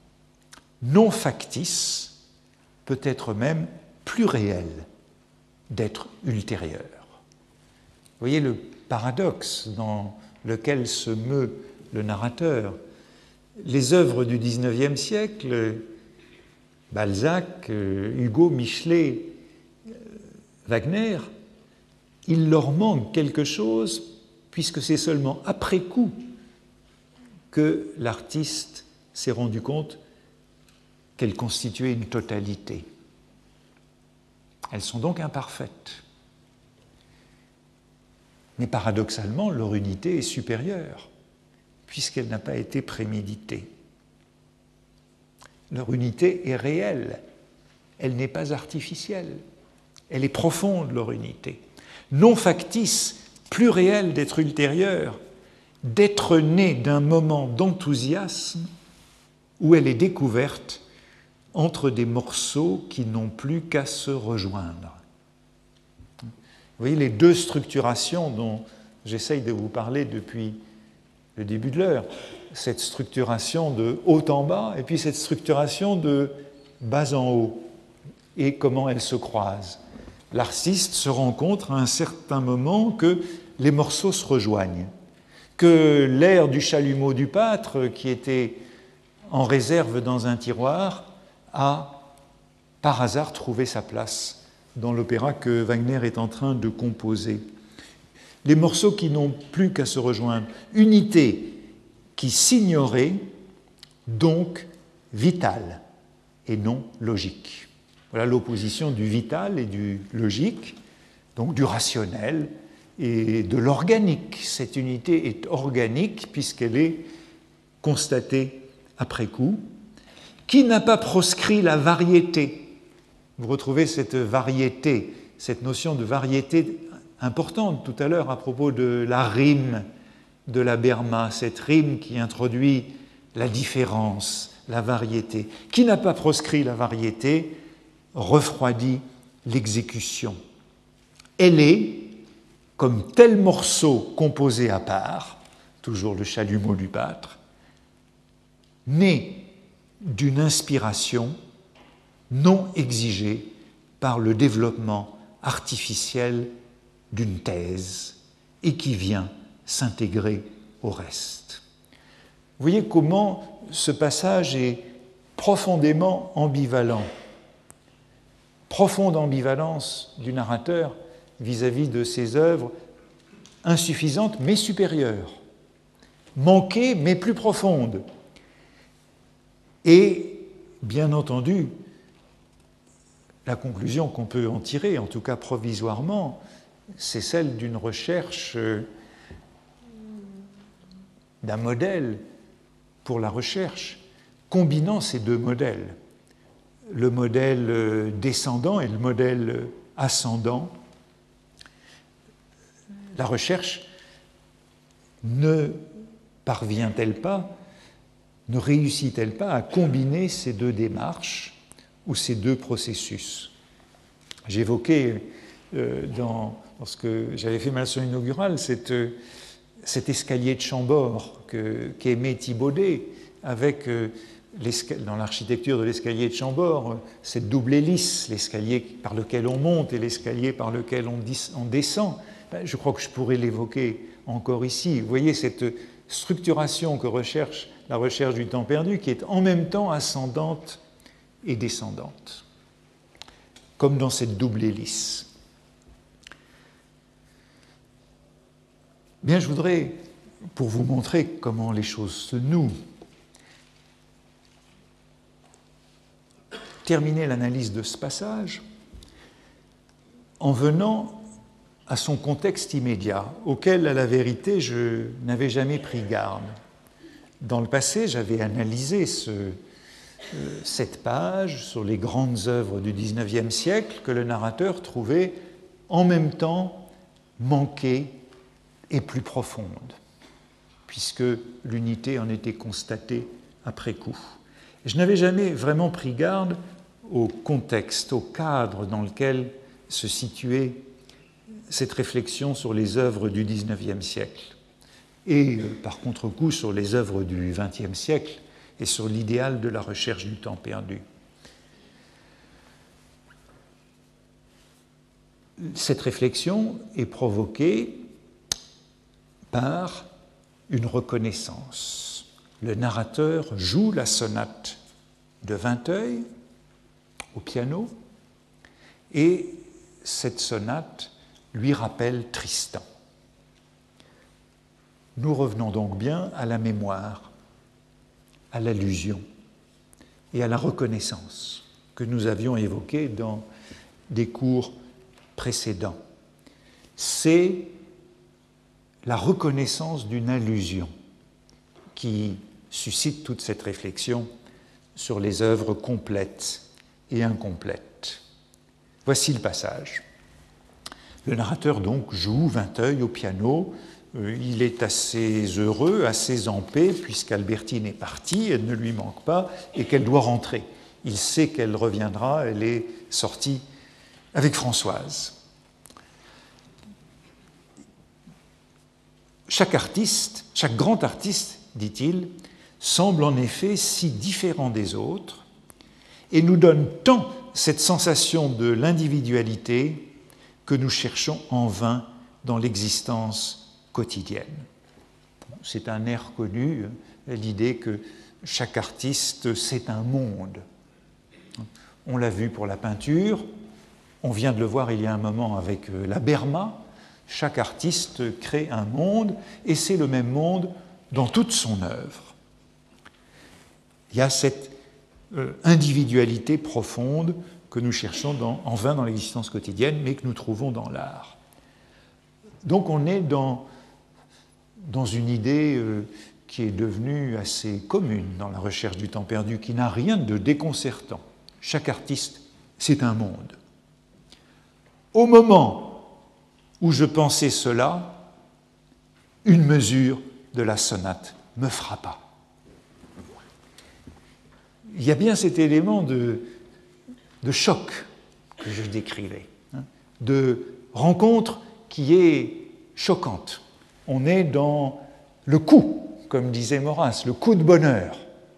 Non factice peut être même plus réel d'être ultérieur. Vous voyez le paradoxe dans lequel se meut le narrateur. Les œuvres du XIXe siècle, Balzac, Hugo, Michelet, Wagner, il leur manque quelque chose puisque c'est seulement après coup que l'artiste s'est rendu compte qu'elles constituaient une totalité. Elles sont donc imparfaites. Mais paradoxalement, leur unité est supérieure, puisqu'elle n'a pas été préméditée. Leur unité est réelle, elle n'est pas artificielle, elle est profonde, leur unité. Non factice, plus réelle d'être ultérieure, d'être née d'un moment d'enthousiasme où elle est découverte entre des morceaux qui n'ont plus qu'à se rejoindre. Vous voyez les deux structurations dont j'essaye de vous parler depuis le début de l'heure, cette structuration de haut en bas et puis cette structuration de bas en haut, et comment elles se croisent. L'artiste se rend compte à un certain moment que les morceaux se rejoignent, que l'air du chalumeau du pâtre, qui était en réserve dans un tiroir, a par hasard trouvé sa place dans l'opéra que Wagner est en train de composer. Les morceaux qui n'ont plus qu'à se rejoindre, unité qui s'ignorait, donc vitale et non logique. Voilà l'opposition du vital et du logique, donc du rationnel et de l'organique. Cette unité est organique puisqu'elle est constatée après coup, qui n'a pas proscrit la variété. Vous retrouvez cette variété, cette notion de variété importante tout à l'heure à propos de la rime de la Berma, cette rime qui introduit la différence, la variété. Qui n'a pas proscrit la variété refroidit l'exécution. Elle est, comme tel morceau composé à part, toujours le chalumeau du pâtre, né d'une inspiration non exigée par le développement artificiel d'une thèse et qui vient s'intégrer au reste. Vous voyez comment ce passage est profondément ambivalent. Profonde ambivalence du narrateur vis-à-vis de ses œuvres insuffisantes mais supérieures, manquées mais plus profondes. Et, bien entendu, la conclusion qu'on peut en tirer, en tout cas provisoirement, c'est celle d'une recherche d'un modèle pour la recherche, combinant ces deux modèles, le modèle descendant et le modèle ascendant. La recherche ne parvient-elle pas, ne réussit-elle pas à combiner ces deux démarches ou ces deux processus? J'évoquais lorsque j'avais fait ma leçon inaugurale cet escalier de Chambord qu'aimait Thibaudet, avec dans l'architecture de l'escalier de Chambord, cette double hélice, l'escalier par lequel on monte et l'escalier par lequel on descend. Je crois que je pourrais l'évoquer encore ici. Vous voyez cette structuration que recherche la recherche du temps perdu, qui est en même temps ascendante et descendante, comme dans cette double hélice. Bien, je voudrais, pour vous montrer comment les choses se nouent, terminer l'analyse de ce passage en venant à son contexte immédiat, auquel, à la vérité, je n'avais jamais pris garde. Dans le passé, j'avais analysé cette page sur les grandes œuvres du XIXe siècle que le narrateur trouvait en même temps manquées et plus profondes, puisque l'unité en était constatée après coup. Je n'avais jamais vraiment pris garde au contexte, au cadre dans lequel se situait cette réflexion sur les œuvres du XIXe siècle et par contre-coup sur les œuvres du XXe siècle et sur l'idéal de la recherche du temps perdu. Cette réflexion est provoquée par une reconnaissance. Le narrateur joue la sonate de Vinteuil au piano et cette sonate lui rappelle Tristan. Nous revenons donc bien à la mémoire, à l'allusion et à la reconnaissance que nous avions évoquées dans des cours précédents. C'est la reconnaissance d'une allusion, qui suscite toute cette réflexion sur les œuvres complètes et incomplètes. Voici le passage. Le narrateur donc joue Vinteuil au piano. Il est assez heureux, assez en paix, puisqu'Albertine est partie, elle ne lui manque pas, et qu'elle doit rentrer. Il sait qu'elle reviendra, elle est sortie avec Françoise. Chaque artiste, chaque grand artiste, dit-il, semble en effet si différent des autres et nous donne tant cette sensation de l'individualité que nous cherchons en vain dans l'existence quotidienne. C'est un air connu, l'idée que chaque artiste, c'est un monde. On l'a vu pour la peinture, on vient de le voir il y a un moment avec la Berma. Chaque artiste crée un monde et c'est le même monde dans toute son œuvre. Il y a cette individualité profonde que nous cherchons en vain dans l'existence quotidienne, mais que nous trouvons dans l'art. Donc on est dans une idée qui est devenue assez commune dans la recherche du temps perdu, qui n'a rien de déconcertant. Chaque artiste, c'est un monde. Au moment où je pensais cela, une mesure de la sonate me frappa. Il y a bien cet élément de choc que je décrivais, de rencontre qui est choquante. On est dans le coup, comme disait Maurras, le coup de bonheur.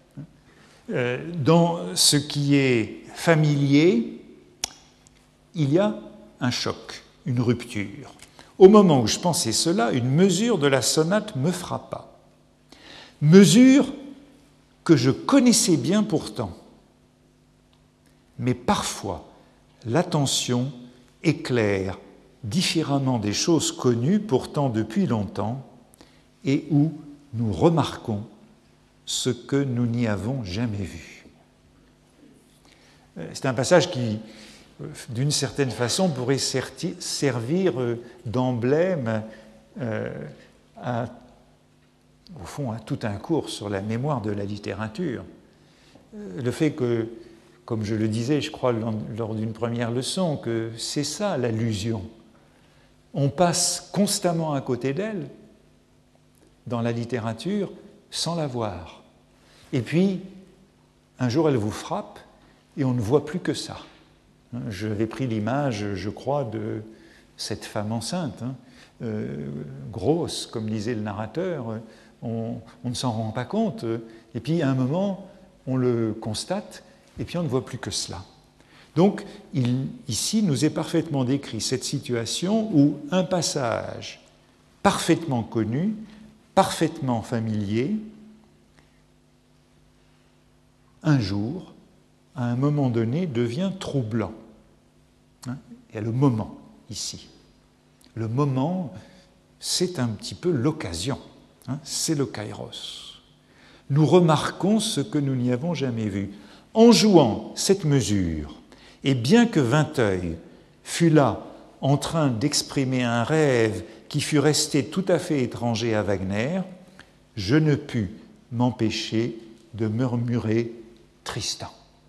Dans ce qui est familier, il y a un choc, une rupture. Au moment où je pensais cela, une mesure de la sonate me frappa. Mesure que je connaissais bien pourtant. Mais parfois, l'attention éclaire différemment des choses connues pourtant depuis longtemps et où nous remarquons ce que nous n'y avons jamais vu. C'est un passage qui, d'une certaine façon, pourrait servir d'emblème au fond, à tout un cours sur la mémoire de la littérature. Le fait que, comme je le disais, je crois, lors d'une première leçon, que c'est ça l'allusion. On passe constamment à côté d'elle dans la littérature sans la voir. Et puis, un jour, elle vous frappe et on ne voit plus que ça. J'avais pris l'image, je crois, de cette femme enceinte, grosse, comme disait le narrateur. On ne s'en rend pas compte. Et puis, à un moment, on le constate et puis on ne voit plus que cela. Donc, ici, nous est parfaitement décrit cette situation où un passage parfaitement connu, parfaitement familier, un jour, à un moment donné, devient troublant. Il y a le moment, ici. Le moment, c'est un petit peu l'occasion, c'est le kairos. Nous remarquons ce que nous n'y avons jamais vu. En jouant cette mesure, et bien que Vinteuil fût là en train d'exprimer un rêve qui fût resté tout à fait étranger à Wagner, je ne pus m'empêcher de murmurer Tristan.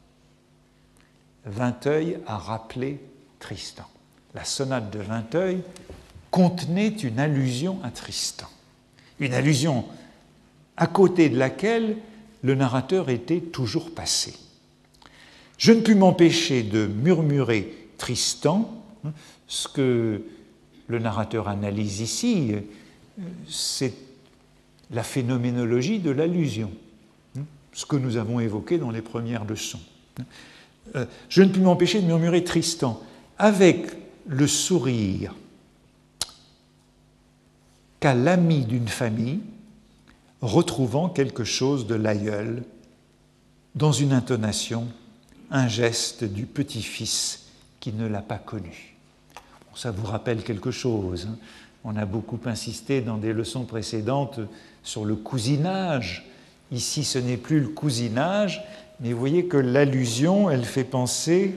Vinteuil a rappelé Tristan. La sonate de Vinteuil contenait une allusion à Tristan. Une allusion à côté de laquelle le narrateur était toujours passé. Je ne pus m'empêcher de murmurer Tristan. Ce que le narrateur analyse ici, c'est la phénoménologie de l'allusion, ce que nous avons évoqué dans les premières leçons. Je ne pus m'empêcher de murmurer Tristan, avec le sourire qu'a l'ami d'une famille retrouvant quelque chose de l'aïeul dans une intonation, un geste du petit-fils qui ne l'a pas connu. Bon, ça vous rappelle quelque chose. On a beaucoup insisté dans des leçons précédentes sur le cousinage. Ici, ce n'est plus le cousinage, mais vous voyez que l'allusion, elle fait penser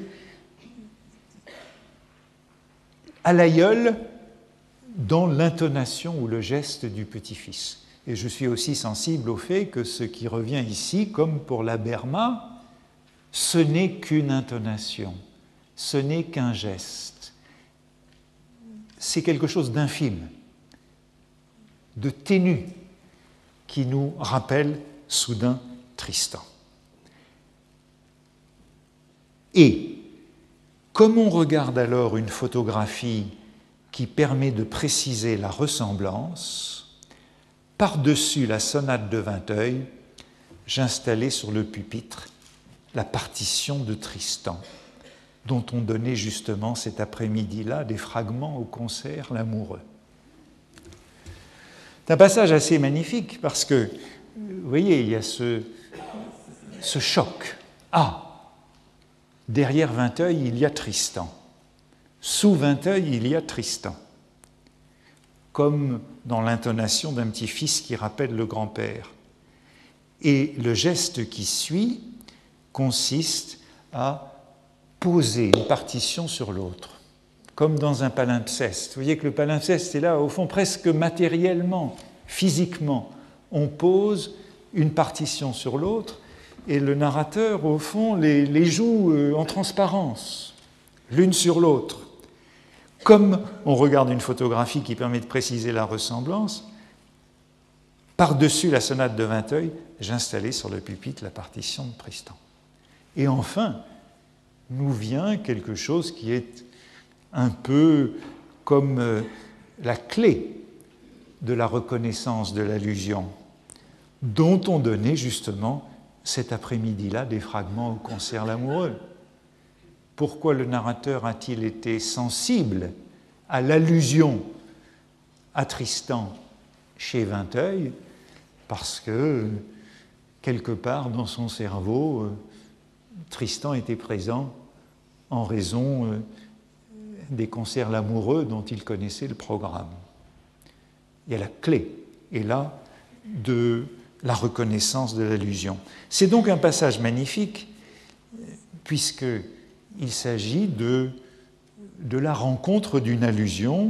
à l'aïeul dans l'intonation ou le geste du petit-fils. Et je suis aussi sensible au fait que ce qui revient ici, comme pour la Berma, ce n'est qu'une intonation, ce n'est qu'un geste. C'est quelque chose d'infime, de ténu, qui nous rappelle soudain Tristan. Et comme on regarde alors une photographie qui permet de préciser la ressemblance, par-dessus la sonate de Vinteuil, j'installais sur le pupitre la partition de Tristan, dont on donnait justement cet après-midi-là des fragments au concert L'Amoureux. C'est un passage assez magnifique parce que, vous voyez, il y a ce choc. Ah, derrière Vinteuil, il y a Tristan. Sous Vinteuil, il y a Tristan. Comme dans l'intonation d'un petit-fils qui rappelle le grand-père. Et le geste qui suit consiste à poser une partition sur l'autre, comme dans un palimpseste. Vous voyez que le palimpseste est là, au fond, presque matériellement, physiquement. On pose une partition sur l'autre, et le narrateur, au fond, les joue en transparence, l'une sur l'autre. Comme on regarde une photographie qui permet de préciser la ressemblance, par-dessus la sonate de Vinteuil, j'installais sur le pupitre la partition de Tristan. Et enfin, nous vient quelque chose qui est un peu comme la clé de la reconnaissance de l'allusion, dont on donnait justement cet après-midi-là des fragments au concert L'Amoureux. Pourquoi le narrateur a-t-il été sensible à l'allusion à Tristan chez Vinteuil? Parce que, quelque part dans son cerveau, Tristan était présent en raison des concerts L'Amoureux dont il connaissait le programme. Il y a la clé, et là, de la reconnaissance de l'allusion. C'est donc un passage magnifique, puisqu'il s'agit de la rencontre d'une allusion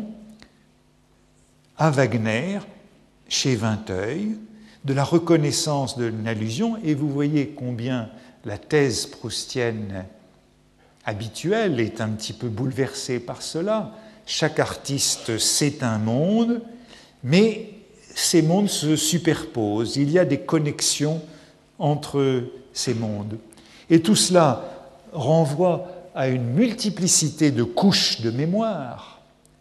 à Wagner chez Vinteuil, de la reconnaissance d'une allusion, et vous voyez combien la thèse proustienne habituelle est un petit peu bouleversée par cela. Chaque artiste, c'est un monde, mais ces mondes se superposent, il y a des connexions entre ces mondes. Et tout cela renvoie à une multiplicité de couches de mémoire,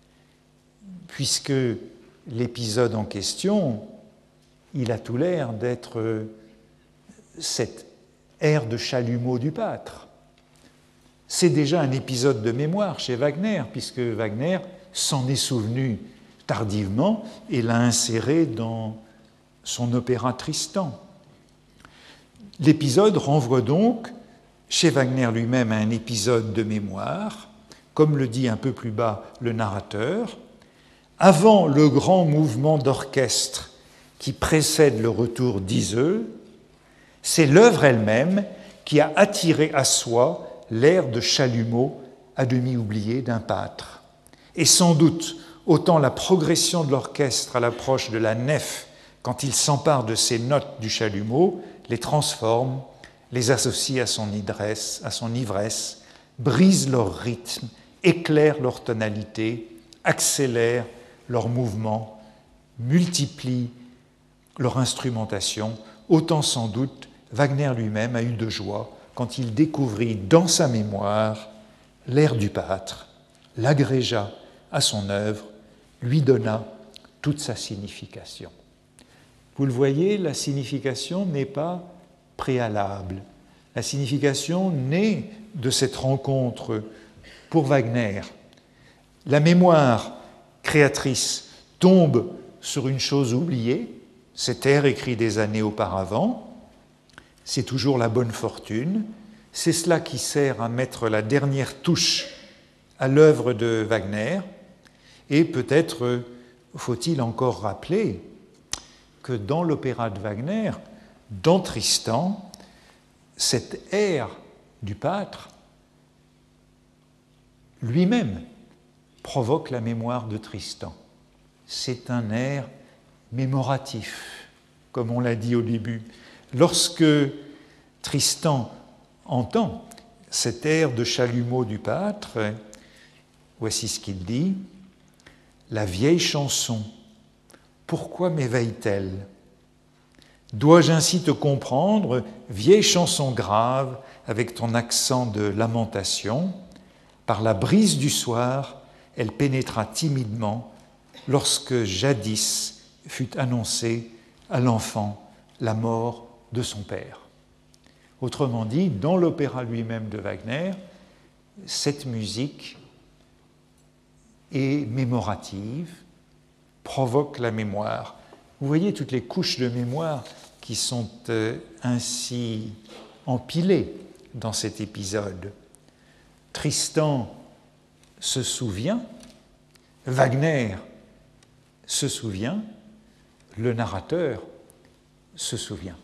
puisque l'épisode en question, il a tout l'air d'être cette ère de chalumeau du pâtre. C'est déjà un épisode de mémoire chez Wagner, puisque Wagner s'en est souvenu tardivement et l'a inséré dans son opéra Tristan. L'épisode renvoie donc chez Wagner lui-même à un épisode de mémoire, comme le dit un peu plus bas le narrateur, avant le grand mouvement d'orchestre qui précède le retour d'Iseux, c'est l'œuvre elle-même qui a attiré à soi l'air de chalumeau à demi oublié d'un pâtre. Et sans doute, autant la progression de l'orchestre à l'approche de la nef, quand il s'empare de ces notes du chalumeau, les transforme, les associe à son ivresse, brise leur rythme, éclaire leur tonalité, accélère leur mouvement, multiplie leur instrumentation, autant sans doute Wagner lui-même a eu de joie quand il découvrit dans sa mémoire l'air du pâtre, l'agrégea à son œuvre, lui donna toute sa signification. Vous le voyez, la signification n'est pas préalable. La signification naît de cette rencontre pour Wagner. La mémoire créatrice tombe sur une chose oubliée, cet air écrit des années auparavant, c'est toujours la bonne fortune, c'est cela qui sert à mettre la dernière touche à l'œuvre de Wagner, et peut-être faut-il encore rappeler que dans l'opéra de Wagner, dans Tristan, cet air du pâtre lui-même provoque la mémoire de Tristan. C'est un air mémoratif, comme on l'a dit au début. Lorsque Tristan entend cet air de chalumeau du pâtre, voici ce qu'il dit. « La vieille chanson, pourquoi m'éveille-t-elle ? Dois-je ainsi te comprendre, vieille chanson grave, avec ton accent de lamentation ? Par la brise du soir, elle pénétra timidement, lorsque jadis fut annoncée à l'enfant la mort de son père. » Autrement dit, dans l'opéra lui-même de Wagner, cette musique est mémorative, provoque la mémoire. Vous voyez toutes les couches de mémoire qui sont ainsi empilées dans cet épisode. Tristan se souvient, Wagner se souvient, le narrateur se souvient.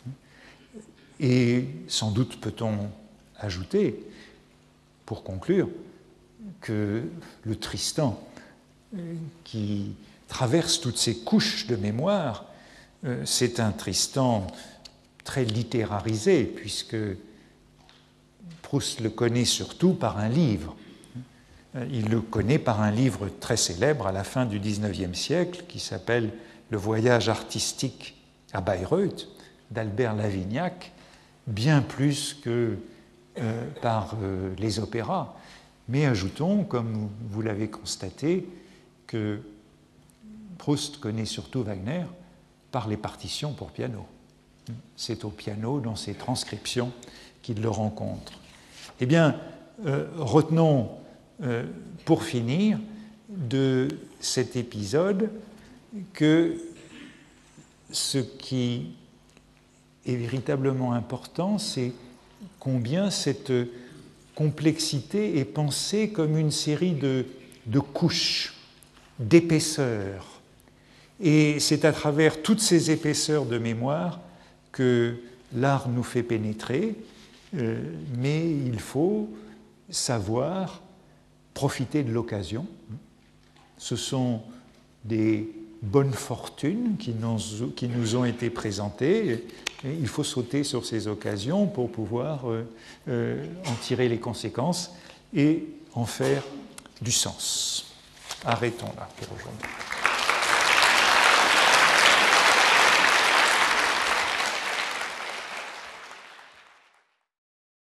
Et sans doute peut-on ajouter, pour conclure, que le Tristan qui traverse toutes ces couches de mémoire, c'est un Tristan très littérarisé, puisque Proust le connaît surtout par un livre. Il le connaît par un livre très célèbre à la fin du XIXe siècle qui s'appelle « Le voyage artistique à Bayreuth » d'Albert Lavignac, bien plus que par les opéras. Mais ajoutons, comme vous l'avez constaté, que Proust connaît surtout Wagner par les partitions pour piano. C'est au piano, dans ses transcriptions, qu'il le rencontre. Eh bien, retenons pour finir de cet épisode que ce qui est véritablement important, c'est combien cette complexité est pensée comme une série de couches, d'épaisseurs. Et c'est à travers toutes ces épaisseurs de mémoire que l'art nous fait pénétrer, mais il faut savoir profiter de l'occasion. Ce sont des bonnes fortunes qui nous ont été présentées. Et il faut sauter sur ces occasions pour pouvoir en tirer les conséquences et en faire du sens. Arrêtons là pour aujourd'hui.